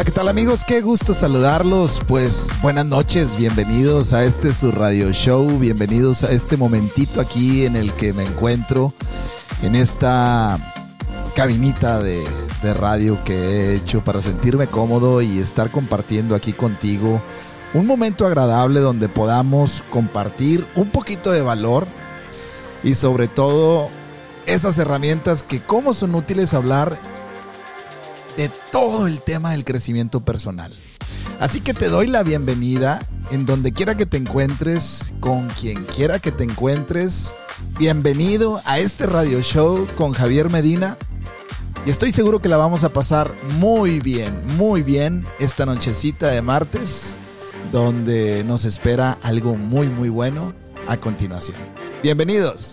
¿Qué tal, amigos? Qué gusto saludarlos. Pues buenas noches, bienvenidos a su radio show, bienvenidos a este momentito aquí en el que me encuentro en esta cabinita de radio que he hecho para sentirme cómodo y estar compartiendo aquí contigo un momento agradable donde podamos compartir un poquito de valor y sobre todo esas herramientas que cómo son útiles hablar de todo el tema del crecimiento personal. Así que te doy la bienvenida en donde quiera que te encuentres, con quien quiera que te encuentres. Bienvenido a este radio show con Javier Medina. Y estoy seguro que la vamos a pasar muy bien esta nochecita de martes, donde nos espera algo muy bueno a continuación. Bienvenidos.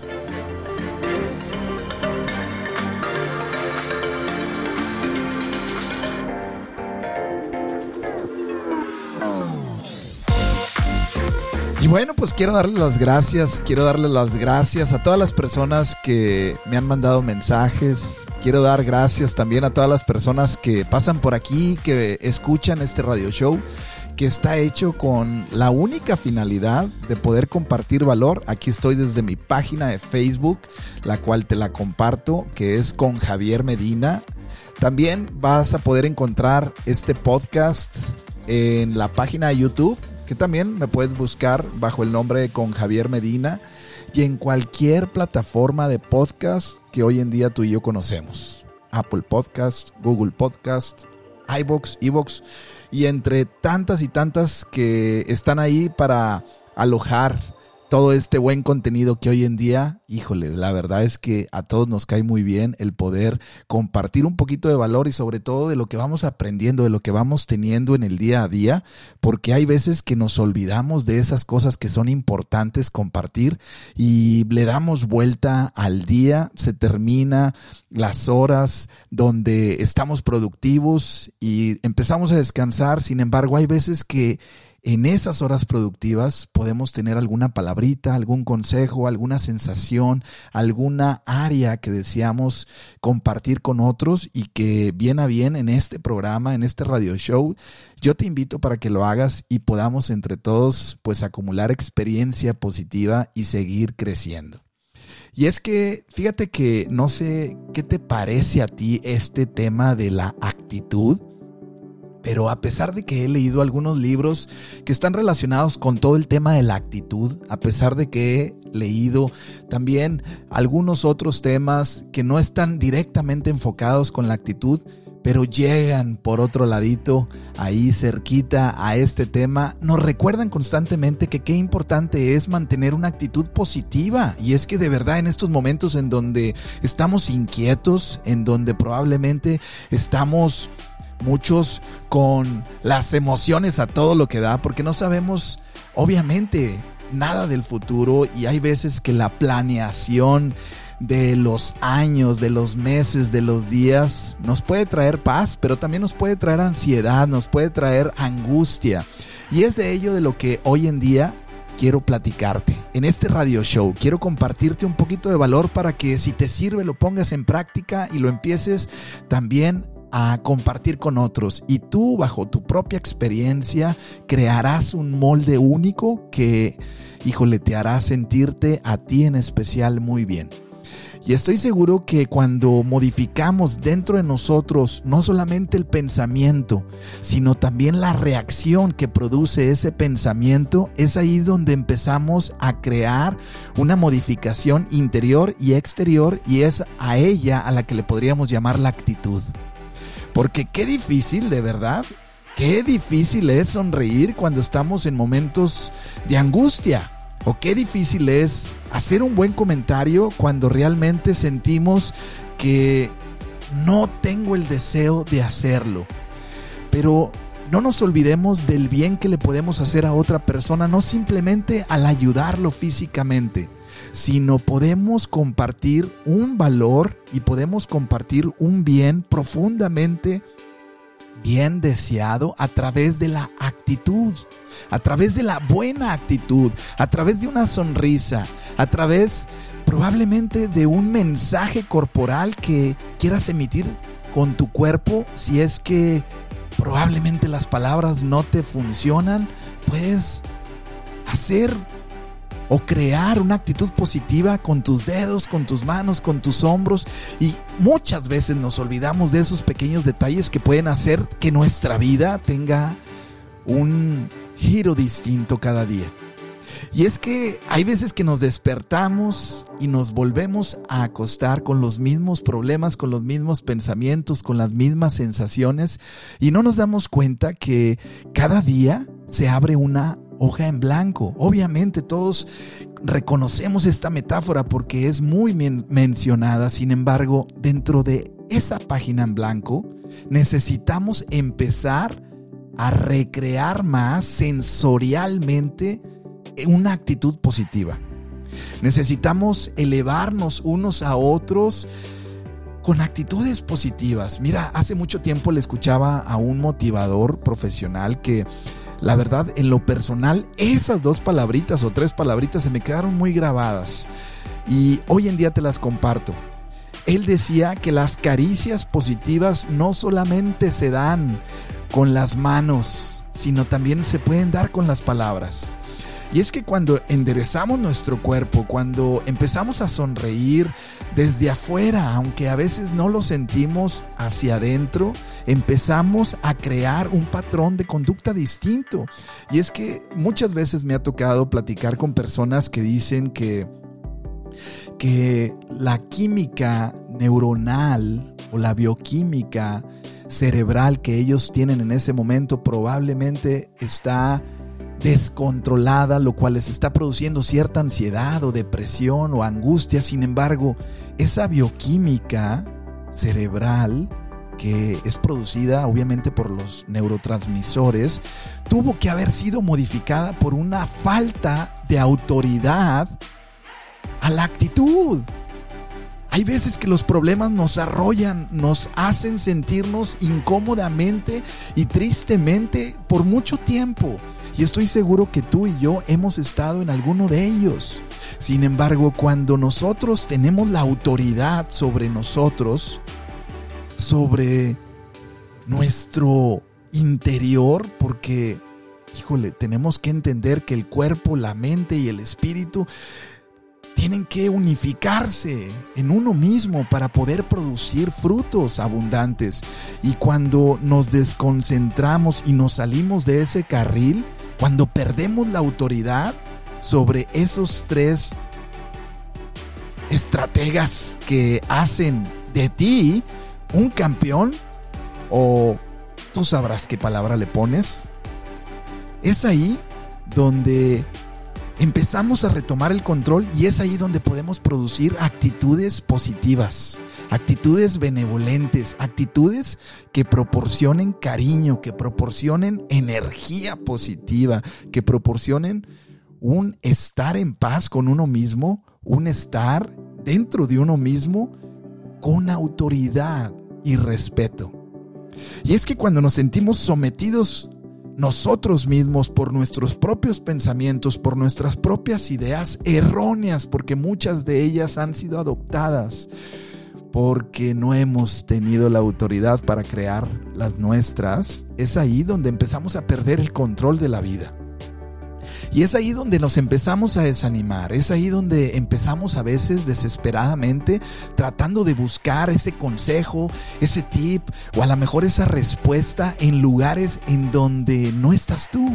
Y bueno, pues quiero darles las gracias a todas las personas que me han mandado mensajes. Quiero dar gracias también a todas las personas que pasan por aquí, que escuchan este radio show, que está hecho con la única finalidad de poder compartir valor. Aquí estoy desde mi página de Facebook, la cual te la comparto, que es con Javier Medina. También vas a poder encontrar este podcast en la página de YouTube, que también me puedes buscar bajo el nombre de Con Javier Medina, y en cualquier plataforma de podcast que hoy en día tú y yo conocemos. Apple Podcast, Google Podcast, iVoox, Evox, y entre tantas y tantas que están ahí para alojar todo este buen contenido que hoy en día, híjole, la verdad es que a todos nos cae muy bien el poder compartir un poquito de valor y sobre todo de lo que vamos aprendiendo, de lo que vamos teniendo en el día a día, porque hay veces que nos olvidamos de esas cosas que son importantes compartir y le damos vuelta al día, se termina las horas donde estamos productivos y empezamos a descansar. Sin embargo, hay veces que en esas horas productivas podemos tener alguna palabrita, algún consejo, alguna sensación, alguna área que deseamos compartir con otros y que bien a bien en este programa, en este radio show, yo te invito para que lo hagas y podamos entre todos pues acumular experiencia positiva y seguir creciendo. Y es que fíjate que no sé qué te parece a ti este tema de la actitud. Pero a pesar de que he leído algunos libros que están relacionados con todo el tema de la actitud, a pesar de que he leído también algunos otros temas que no están directamente enfocados con la actitud, pero llegan por otro ladito, ahí cerquita a este tema, nos recuerdan constantemente que qué importante es mantener una actitud positiva. Y es que de verdad en estos momentos en donde estamos inquietos, en donde probablemente estamos muchos con las emociones a todo lo que da, porque no sabemos obviamente nada del futuro y hay veces que la planeación de los años, de los meses, de los días nos puede traer paz, pero también nos puede traer ansiedad, nos puede traer angustia. Y es de ello de lo que hoy en día quiero platicarte. En este radio show quiero compartirte un poquito de valor para que si te sirve lo pongas en práctica y lo empieces también a compartir con otros, y tú bajo tu propia experiencia crearás un molde único que, híjole, te hará sentirte a ti en especial muy bien. Y estoy seguro que cuando modificamos dentro de nosotros no solamente el pensamiento, sino también la reacción que produce ese pensamiento, es ahí donde empezamos a crear una modificación interior y exterior, y es a ella a la que le podríamos llamar la actitud. Porque qué difícil, de verdad, qué difícil es sonreír cuando estamos en momentos de angustia. O qué difícil es hacer un buen comentario cuando realmente sentimos que no tengo el deseo de hacerlo. Pero no nos olvidemos del bien que le podemos hacer a otra persona, no simplemente al ayudarlo físicamente, sino podemos compartir un valor y podemos compartir un bien profundamente bien deseado a través de la actitud, a través de la buena actitud, a través de una sonrisa, a través probablemente de un mensaje corporal que quieras emitir con tu cuerpo, si es que probablemente las palabras no te funcionan, puedes hacer o crear una actitud positiva con tus dedos, con tus manos, con tus hombros. Y muchas veces nos olvidamos de esos pequeños detalles que pueden hacer que nuestra vida tenga un giro distinto cada día. Y es que hay veces que nos despertamos y nos volvemos a acostar con los mismos problemas, con los mismos pensamientos, con las mismas sensaciones, y no nos damos cuenta que cada día se abre una hoja en blanco. Obviamente todos reconocemos esta metáfora porque es muy mencionada. Sin embargo, dentro de esa página en blanco necesitamos empezar a recrear más sensorialmente una actitud positiva. Necesitamos elevarnos unos a otros con actitudes positivas. Mira, hace mucho tiempo le escuchaba a un motivador profesional que, la verdad, en lo personal, esas 2 palabritas o 3 palabritas se me quedaron muy grabadas y hoy en día te las comparto. Él decía que las caricias positivas no solamente se dan con las manos, sino también se pueden dar con las palabras. Y es que cuando enderezamos nuestro cuerpo, cuando empezamos a sonreír desde afuera, aunque a veces no lo sentimos hacia adentro, empezamos a crear un patrón de conducta distinto. Y es que muchas veces me ha tocado platicar con personas que dicen que la química neuronal o la bioquímica cerebral que ellos tienen en ese momento probablemente está descontrolada, lo cual les está produciendo cierta ansiedad o depresión o angustia. Sin embargo, esa bioquímica cerebral que es producida obviamente por los neurotransmisores tuvo que haber sido modificada por una falta de autoridad a la actitud. Hay veces que los problemas nos arrollan, nos hacen sentirnos incómodamente y tristemente por mucho tiempo. Y estoy seguro que tú y yo hemos estado en alguno de ellos. Sin embargo, cuando nosotros tenemos la autoridad sobre nosotros, sobre nuestro interior, porque, tenemos que entender que el cuerpo, la mente y el espíritu tienen que unificarse en uno mismo para poder producir frutos abundantes. Y cuando nos desconcentramos y nos salimos de ese carril, cuando perdemos la autoridad sobre esos 3 estrategas que hacen de ti un campeón, o tú sabrás qué palabra le pones, es ahí donde empezamos a retomar el control y es ahí donde podemos producir actitudes positivas, actitudes benevolentes, actitudes que proporcionen cariño, que proporcionen energía positiva, que proporcionen un estar en paz con uno mismo, un estar dentro de uno mismo con autoridad y respeto. Y es que cuando nos sentimos sometidos nosotros mismos por nuestros propios pensamientos, por nuestras propias ideas erróneas, porque muchas de ellas han sido adoptadas, porque no hemos tenido la autoridad para crear las nuestras, es ahí donde empezamos a perder el control de la vida. Y es ahí donde nos empezamos a desanimar, es ahí donde empezamos a veces desesperadamente tratando de buscar ese consejo, ese tip o a lo mejor esa respuesta en lugares en donde no estás tú.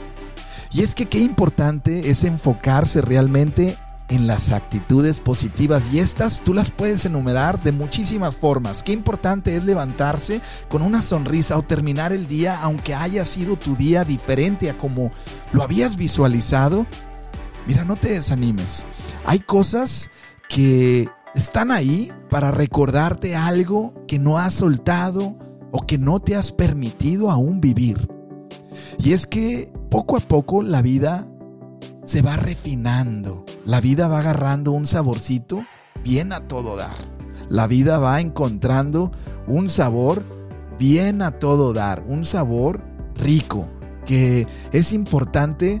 Y es que qué importante es enfocarse realmente en las actitudes positivas, y estas tú las puedes enumerar de muchísimas formas. Qué importante es levantarse con una sonrisa o terminar el día aunque haya sido tu día diferente a como lo habías visualizado. Mira, no te desanimes. Hay cosas que están ahí para recordarte algo que no has soltado o que no te has permitido aún vivir. Y es que poco a poco la vida se va refinando, la vida va agarrando un saborcito bien a todo dar. La vida va encontrando un sabor bien a todo dar, un sabor rico, que es importante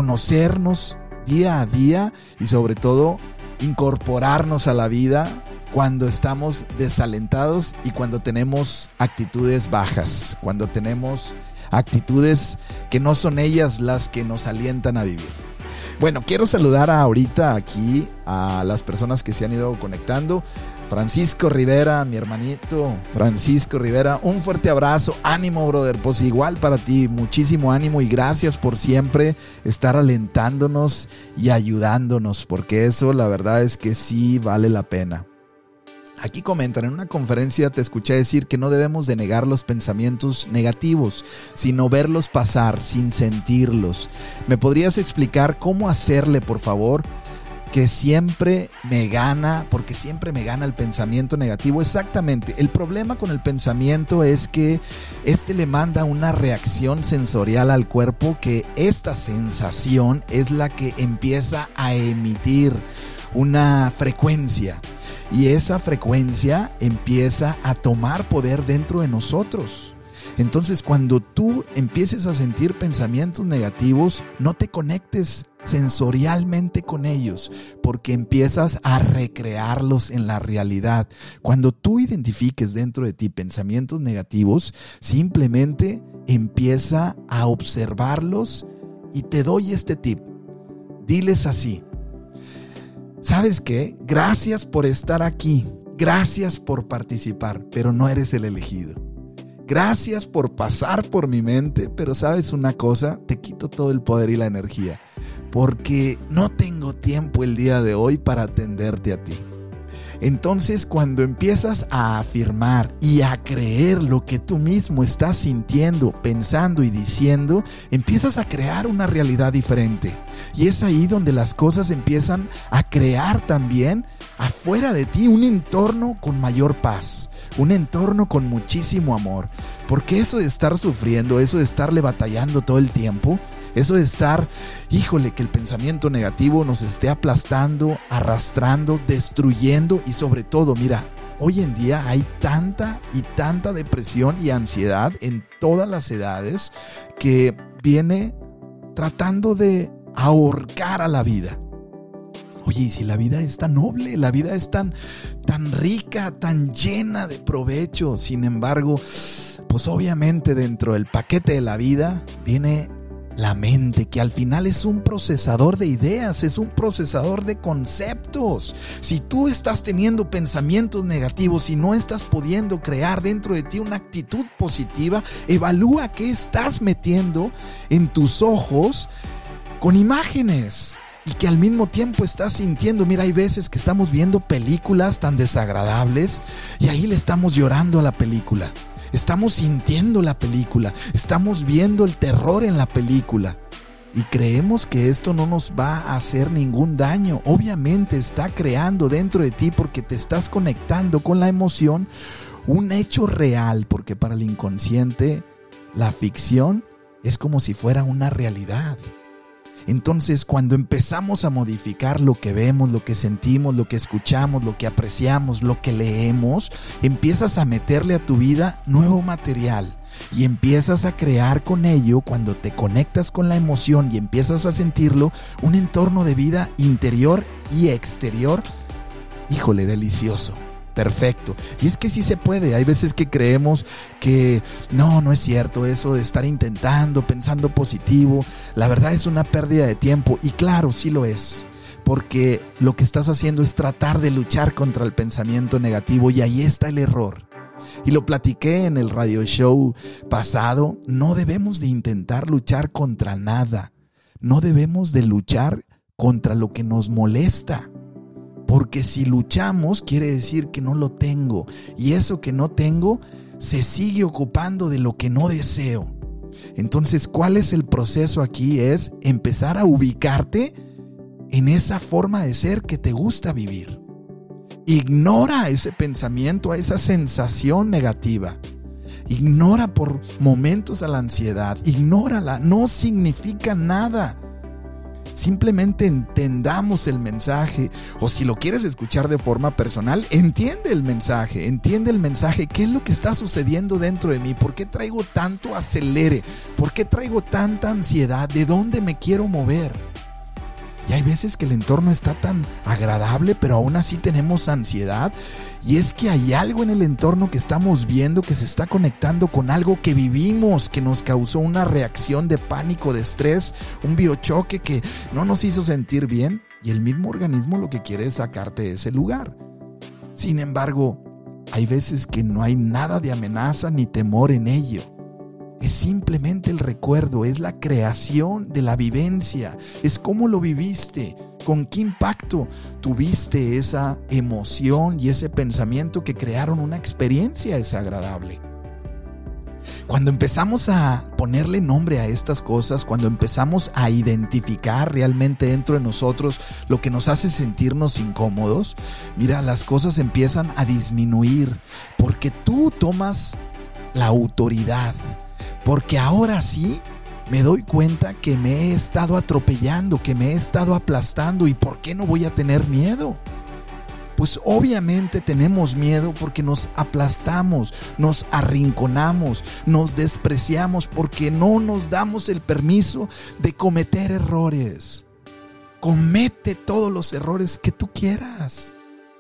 conocernos día a día y sobre todo incorporarnos a la vida cuando estamos desalentados y cuando tenemos actitudes bajas, cuando tenemos actitudes que no son ellas las que nos alientan a vivir. Bueno, quiero saludar ahorita aquí a las personas que se han ido conectando. Francisco Rivera, mi hermanito Francisco Rivera, un fuerte abrazo, ánimo brother, pues igual para ti, muchísimo ánimo y gracias por siempre estar alentándonos y ayudándonos, porque eso la verdad es que sí vale la pena. Aquí comentan, en una conferencia te escuché decir que no debemos de negar los pensamientos negativos, sino verlos pasar sin sentirlos. ¿Me podrías explicar cómo hacerle, por favor? Que siempre me gana, porque siempre me gana el pensamiento negativo. Exactamente, el problema con el pensamiento es que le manda una reacción sensorial al cuerpo, que esta sensación es la que empieza a emitir una frecuencia. Y esa frecuencia empieza a tomar poder dentro de nosotros. Entonces, cuando tú empieces a sentir pensamientos negativos, no te conectes sensorialmente con ellos, porque empiezas a recrearlos en la realidad. Cuando tú identifiques dentro de ti pensamientos negativos, simplemente empieza a observarlos y te doy este tip. Diles así: ¿sabes qué? Gracias por estar aquí, gracias por participar, pero no eres el elegido. Gracias por pasar por mi mente, pero ¿sabes una cosa? Te quito todo el poder y la energía, porque no tengo tiempo el día de hoy para atenderte a ti. Entonces, cuando empiezas a afirmar y a creer lo que tú mismo estás sintiendo, pensando y diciendo, empiezas a crear una realidad diferente. Y es ahí donde las cosas empiezan a crear también afuera de ti un entorno con mayor paz, un entorno con muchísimo amor. Porque eso de estar sufriendo, eso de estarle batallando todo el tiempo, eso de estar, híjole, que el pensamiento negativo nos esté aplastando, arrastrando, destruyendo y sobre todo, mira, hoy en día hay tanta y tanta depresión y ansiedad en todas las edades que viene tratando de ahorcar a la vida. Oye, y si la vida es tan noble, la vida es tan rica, tan llena de provecho, sin embargo, pues obviamente dentro del paquete de la vida viene la mente, que al final es un procesador de ideas, es un procesador de conceptos. Si tú estás teniendo pensamientos negativos y no estás pudiendo crear dentro de ti una actitud positiva, evalúa qué estás metiendo en tus ojos con imágenes y que al mismo tiempo estás sintiendo. Mira, hay veces que estamos viendo películas tan desagradables y ahí le estamos llorando a la película. Estamos sintiendo la película, estamos viendo el terror en la película y creemos que esto no nos va a hacer ningún daño. Obviamente está creando dentro de ti, porque te estás conectando con la emoción, un hecho real, porque para el inconsciente la ficción es como si fuera una realidad. Entonces, cuando empezamos a modificar lo que vemos, lo que sentimos, lo que escuchamos, lo que apreciamos, lo que leemos, empiezas a meterle a tu vida nuevo material y empiezas a crear con ello, cuando te conectas con la emoción y empiezas a sentirlo, un entorno de vida interior y exterior, híjole, delicioso. Perfecto. Y es que sí se puede. Hay veces que creemos que no es cierto eso de estar intentando, pensando positivo. La verdad es una pérdida de tiempo. Y claro, sí lo es. Porque lo que estás haciendo es tratar de luchar contra el pensamiento negativo, y ahí está el error. Y lo platiqué en el radio show pasado. No debemos de intentar luchar contra nada. No debemos de luchar contra lo que nos molesta. Porque si luchamos, quiere decir que no lo tengo. Y eso que no tengo se sigue ocupando de lo que no deseo. Entonces, ¿cuál es el proceso aquí? Es empezar a ubicarte en esa forma de ser que te gusta vivir. Ignora ese pensamiento, a esa sensación negativa. Ignora por momentos a la ansiedad. Ignórala, no significa nada. Simplemente entendamos el mensaje, o si lo quieres escuchar de forma personal, entiende el mensaje, qué es lo que está sucediendo dentro de mí, por qué traigo tanto acelere, por qué traigo tanta ansiedad, de dónde me quiero mover. Y hay veces que el entorno está tan agradable, pero aún así tenemos ansiedad. Y es que hay algo en el entorno que estamos viendo que se está conectando con algo que vivimos, que nos causó una reacción de pánico, de estrés, un biochoque que no nos hizo sentir bien. Y el mismo organismo lo que quiere es sacarte de ese lugar. Sin embargo, hay veces que no hay nada de amenaza ni temor en ello. Es simplemente el recuerdo, es la creación de la vivencia, es cómo lo viviste, con qué impacto tuviste esa emoción y ese pensamiento que crearon una experiencia desagradable. Cuando empezamos a ponerle nombre a estas cosas, cuando empezamos a identificar realmente dentro de nosotros lo que nos hace sentirnos incómodos, mira, las cosas empiezan a disminuir porque tú tomas la autoridad. Porque ahora sí me doy cuenta que me he estado atropellando, que me he estado aplastando. ¿Y por qué no voy a tener miedo? Pues obviamente tenemos miedo porque nos aplastamos, nos arrinconamos, nos despreciamos porque no nos damos el permiso de cometer errores. Comete todos los errores que tú quieras.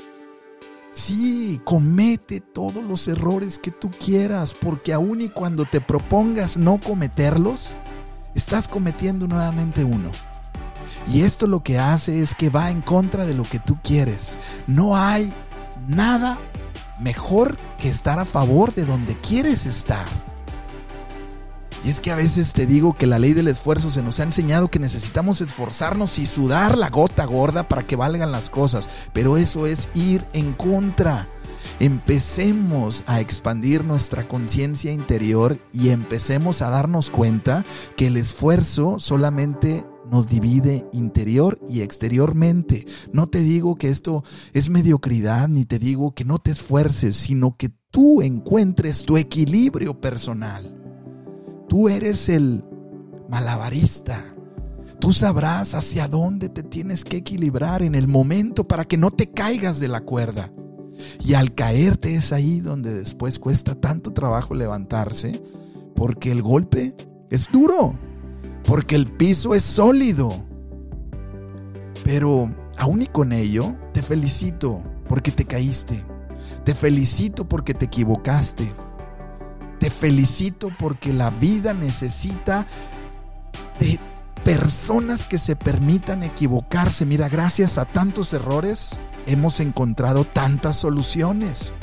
Sí, comete todos los errores que tú quieras, porque aun y cuando te propongas no cometerlos, estás cometiendo nuevamente uno. Y esto lo que hace es que va en contra de lo que tú quieres. No hay nada mejor que estar a favor de donde quieres estar. Y es que a veces te digo que la ley del esfuerzo se nos ha enseñado que necesitamos esforzarnos y sudar la gota gorda para que valgan las cosas. Pero eso es ir en contra. Empecemos a expandir nuestra conciencia interior y empecemos a darnos cuenta que el esfuerzo solamente nos divide interior y exteriormente. No te digo que esto es mediocridad, ni te digo que no te esfuerces, sino que tú encuentres tu equilibrio personal. Tú eres el malabarista. Tú sabrás hacia dónde te tienes que equilibrar en el momento para que no te caigas de la cuerda. Y al caerte es ahí donde después cuesta tanto trabajo levantarse, porque el golpe es duro, porque el piso es sólido. Pero aún y con ello, te felicito porque te caíste. Te felicito porque te equivocaste. Te felicito porque la vida necesita de personas que se permitan equivocarse. Mira, gracias a tantos errores hemos encontrado tantas soluciones.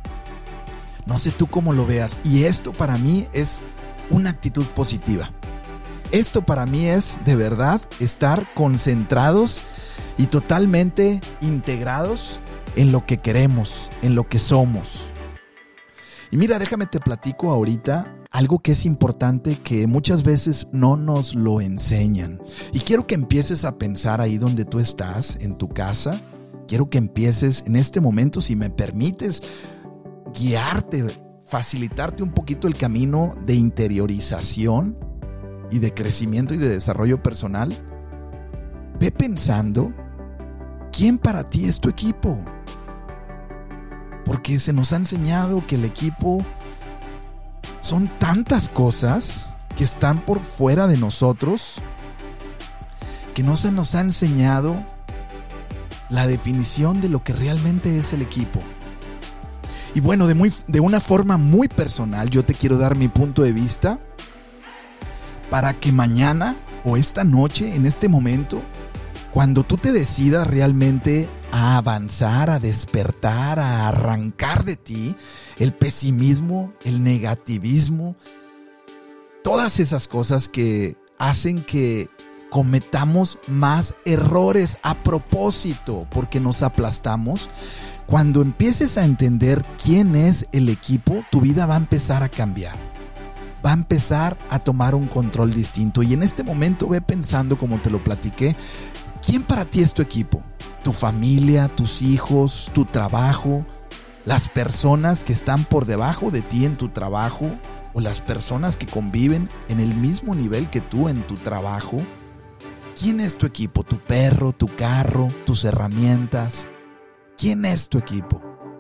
No sé tú cómo lo veas. Y esto para mí es una actitud positiva. Esto para mí es de verdad estar concentrados y totalmente integrados en lo que queremos, en lo que somos. Y mira, déjame te platico ahorita algo que es importante que muchas veces no nos lo enseñan. Y quiero que empieces a pensar ahí donde tú estás, en tu casa. Quiero que empieces en este momento, si me permites, guiarte, facilitarte un poquito el camino de interiorización y de crecimiento y de desarrollo personal. Ve pensando, ¿quién para ti es tu equipo? Porque se nos ha enseñado que el equipo son tantas cosas que están por fuera de nosotros que no se nos ha enseñado la definición de lo que realmente es el equipo. Y bueno, de una forma muy personal, yo te quiero dar mi punto de vista para que mañana o esta noche, en este momento, cuando tú te decidas realmente a avanzar, a despertar, a arrancar de ti el pesimismo, el negativismo, todas esas cosas que hacen que cometamos más errores a propósito porque nos aplastamos. Cuando empieces a entender quién es el equipo, tu vida va a empezar a cambiar. Va a empezar a tomar un control distinto. Y en este momento ve pensando, como te lo platiqué, ¿quién para ti es tu equipo? Tu familia, tus hijos, tu trabajo, las personas que están por debajo de ti en tu trabajo o las personas que conviven en el mismo nivel que tú en tu trabajo. ¿Quién es tu equipo? ¿Tu perro, tu carro, tus herramientas? ¿Quién es tu equipo?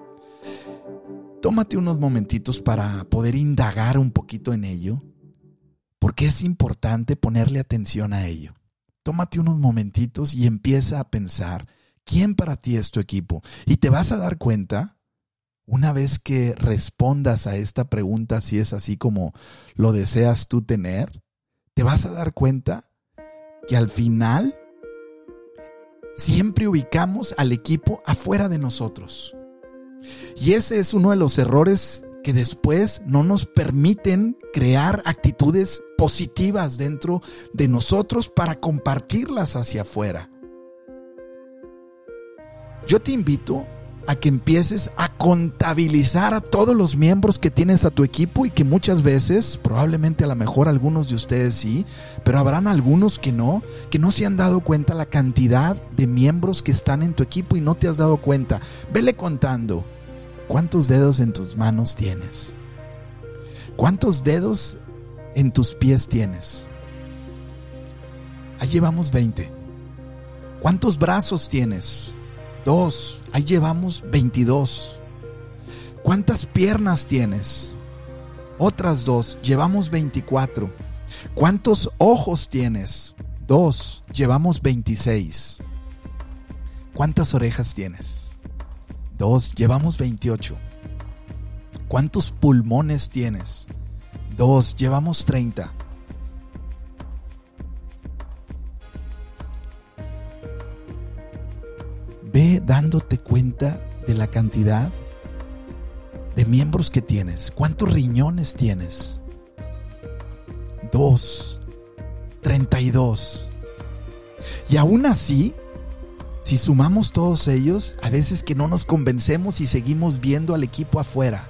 Tómate unos momentitos para poder indagar un poquito en ello, porque es importante ponerle atención a ello. tómate unos momentitos y empieza a pensar quién para ti es tu equipo. Y te vas a dar cuenta, una vez que respondas a esta pregunta, si es así como lo deseas tú tener, te vas a dar cuenta que al final siempre ubicamos al equipo afuera de nosotros. Y ese es uno de los errores que después no nos permiten crear actitudes positivas dentro de nosotros para compartirlas hacia afuera. Yo te invito a que empieces a contabilizar a todos los miembros que tienes a tu equipo y que muchas veces, probablemente a lo mejor algunos de ustedes sí, pero habrán algunos que no se han dado cuenta la cantidad de miembros que están en tu equipo y no te has dado cuenta. Vele contando. ¿Cuántos dedos en tus manos tienes? ¿Cuántos dedos en tus pies tienes? Ahí llevamos 20. ¿Cuántos brazos tienes? 2. Ahí llevamos 22. ¿Cuántas piernas tienes? Otras 2. Llevamos 24. ¿Cuántos ojos tienes? 2. Llevamos 26. ¿Cuántas orejas tienes? 2. Llevamos 28. ¿Cuántos pulmones tienes? 2. Llevamos 30. Ve dándote cuenta de la cantidad de miembros que tienes. ¿Cuántos riñones tienes? 2. 32. Y aún así, si sumamos todos ellos, a veces que no nos convencemos y seguimos viendo al equipo afuera.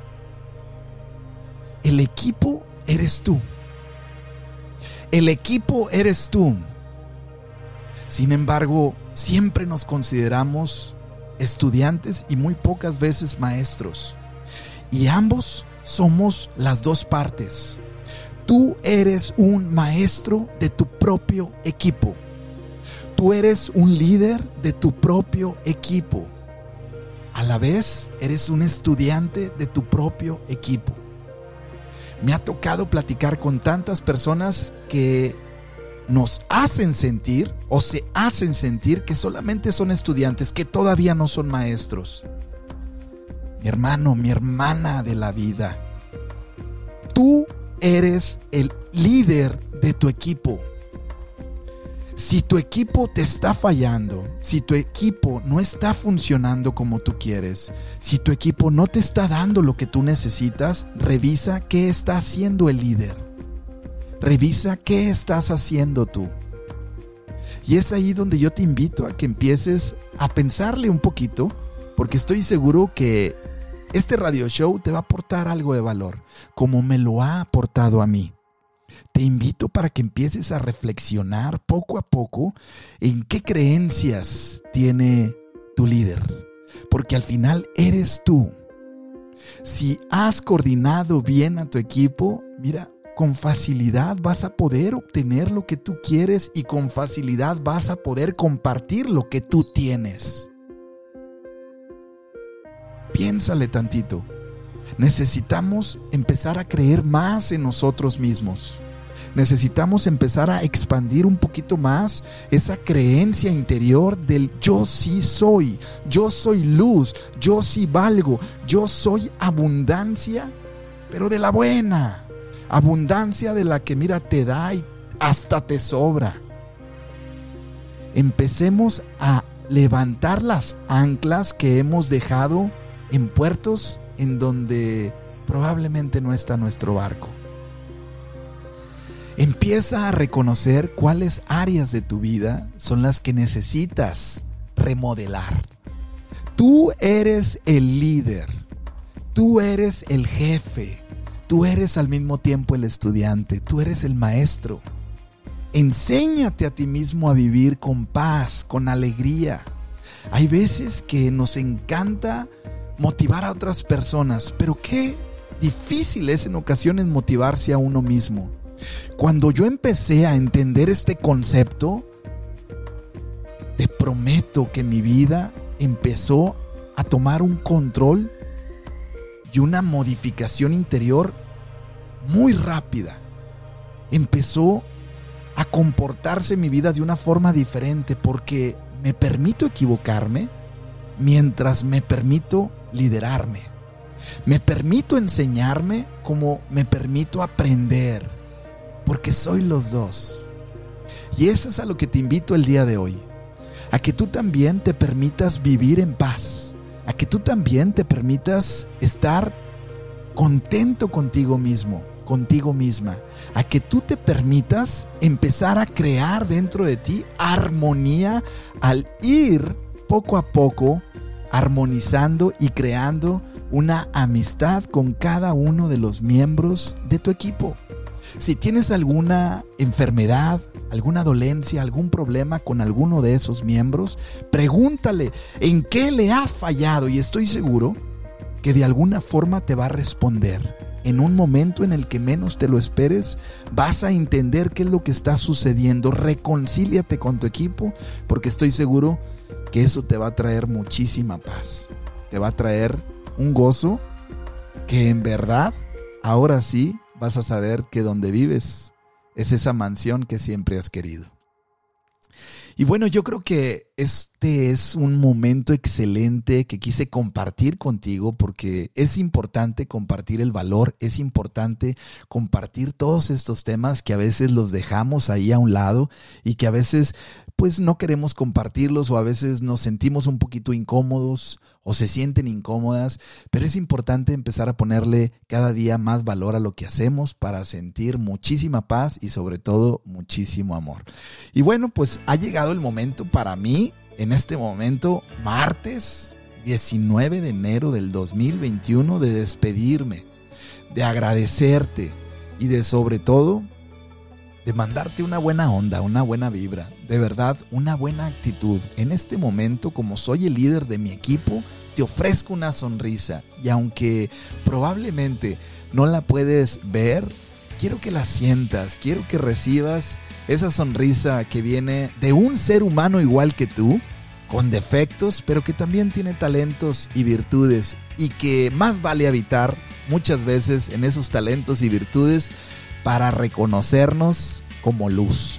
El equipo eres tú. El equipo eres tú. Sin embargo, siempre nos consideramos estudiantes y muy pocas veces maestros. Y ambos somos las dos partes. Tú eres un maestro de tu propio equipo. Tú eres un líder de tu propio equipo. A la vez, eres un estudiante de tu propio equipo. Me ha tocado platicar con tantas personas que nos hacen sentir o se hacen sentir que solamente son estudiantes, que todavía no son maestros. Mi hermano, mi hermana de la vida, tú eres el líder de tu equipo. Si tu equipo te está fallando, si tu equipo no está funcionando como tú quieres, si tu equipo no te está dando lo que tú necesitas, revisa qué está haciendo el líder. Revisa qué estás haciendo tú. Y es ahí donde yo te invito a que empieces a pensarle un poquito, porque estoy seguro que este radio show te va a aportar algo de valor, como me lo ha aportado a mí. Te invito para que empieces a reflexionar poco a poco en qué creencias tiene tu líder, porque al final eres tú. Si has coordinado bien a tu equipo, mira, con facilidad vas a poder obtener lo que tú quieres y con facilidad vas a poder compartir lo que tú tienes. Piénsale tantito. Necesitamos empezar a creer más en nosotros mismos. Necesitamos empezar a expandir un poquito más esa creencia interior del yo sí soy luz, yo sí valgo, yo soy abundancia, pero de la buena, abundancia de la que mira te da y hasta te sobra. Empecemos a levantar las anclas que hemos dejado en puertos en donde probablemente no está nuestro barco. Empieza a reconocer cuáles áreas de tu vida son las que necesitas remodelar. Tú eres el líder, tú eres el jefe, tú eres al mismo tiempo el estudiante, tú eres el maestro. Enséñate a ti mismo a vivir con paz, con alegría. Hay veces que nos encanta motivar a otras personas, pero qué difícil es en ocasiones motivarse a uno mismo. Cuando yo empecé a entender este concepto, te prometo que mi vida empezó a tomar un control y una modificación interior muy rápida. Empezó a comportarse en mi vida de una forma diferente porque me permito equivocarme mientras me permito liderarme. Me permito enseñarme como me permito aprender, porque soy los dos. Y eso es a lo que te invito el día de hoy, a que tú también te permitas vivir en paz, a que tú también te permitas estar contento contigo mismo, contigo misma, a que tú te permitas empezar a crear dentro de ti armonía al ir poco a poco armonizando y creando una amistad con cada uno de los miembros de tu equipo. Si tienes alguna enfermedad, alguna dolencia, algún problema con alguno de esos miembros, pregúntale en qué le ha fallado y estoy seguro que de alguna forma te va a responder. En un momento en el que menos te lo esperes, vas a entender qué es lo que está sucediendo. Reconcíliate con tu equipo, porque estoy seguro que eso te va a traer muchísima paz. Te va a traer un gozo que en verdad, ahora sí, vas a saber que donde vives es esa mansión que siempre has querido. Y bueno, yo creo que este es un momento excelente que quise compartir contigo porque es importante compartir el valor, es importante compartir todos estos temas que a veces los dejamos ahí a un lado y que a veces pues no queremos compartirlos o a veces nos sentimos un poquito incómodos o se sienten incómodas, pero es importante empezar a ponerle cada día más valor a lo que hacemos para sentir muchísima paz y sobre todo muchísimo amor. Y bueno, pues ha llegado el momento para mí, en este momento, martes 19 de enero del 2021, de despedirme, de agradecerte y de sobre todo de mandarte una buena onda, una buena vibra, de verdad, una buena actitud. En este momento, como soy el líder de mi equipo, te ofrezco una sonrisa y aunque probablemente no la puedes ver, quiero que la sientas, quiero que recibas esa sonrisa que viene de un ser humano igual que tú, con defectos, pero que también tiene talentos y virtudes y que más vale habitar muchas veces en esos talentos y virtudes para reconocernos como luz.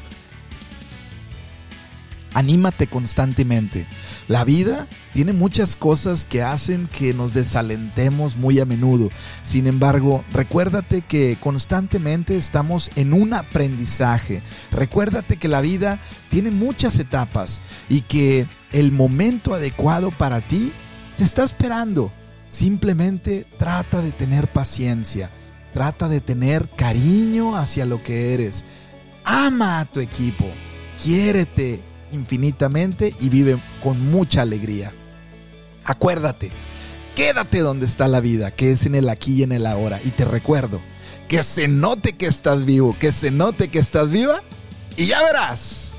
Anímate constantemente. La vida tiene muchas cosas que hacen que nos desalentemos muy a menudo. Sin embargo, recuérdate que constantemente estamos en un aprendizaje. Recuérdate que la vida tiene muchas etapas y que el momento adecuado para ti te está esperando. Simplemente trata de tener paciencia. Trata de tener cariño hacia lo que eres. Ama a tu equipo. Quiérete infinitamente y vive con mucha alegría. Acuérdate, quédate donde está la vida, que es en el aquí y en el ahora. Y te recuerdo, que se note que estás vivo, que se note que estás viva y ya verás.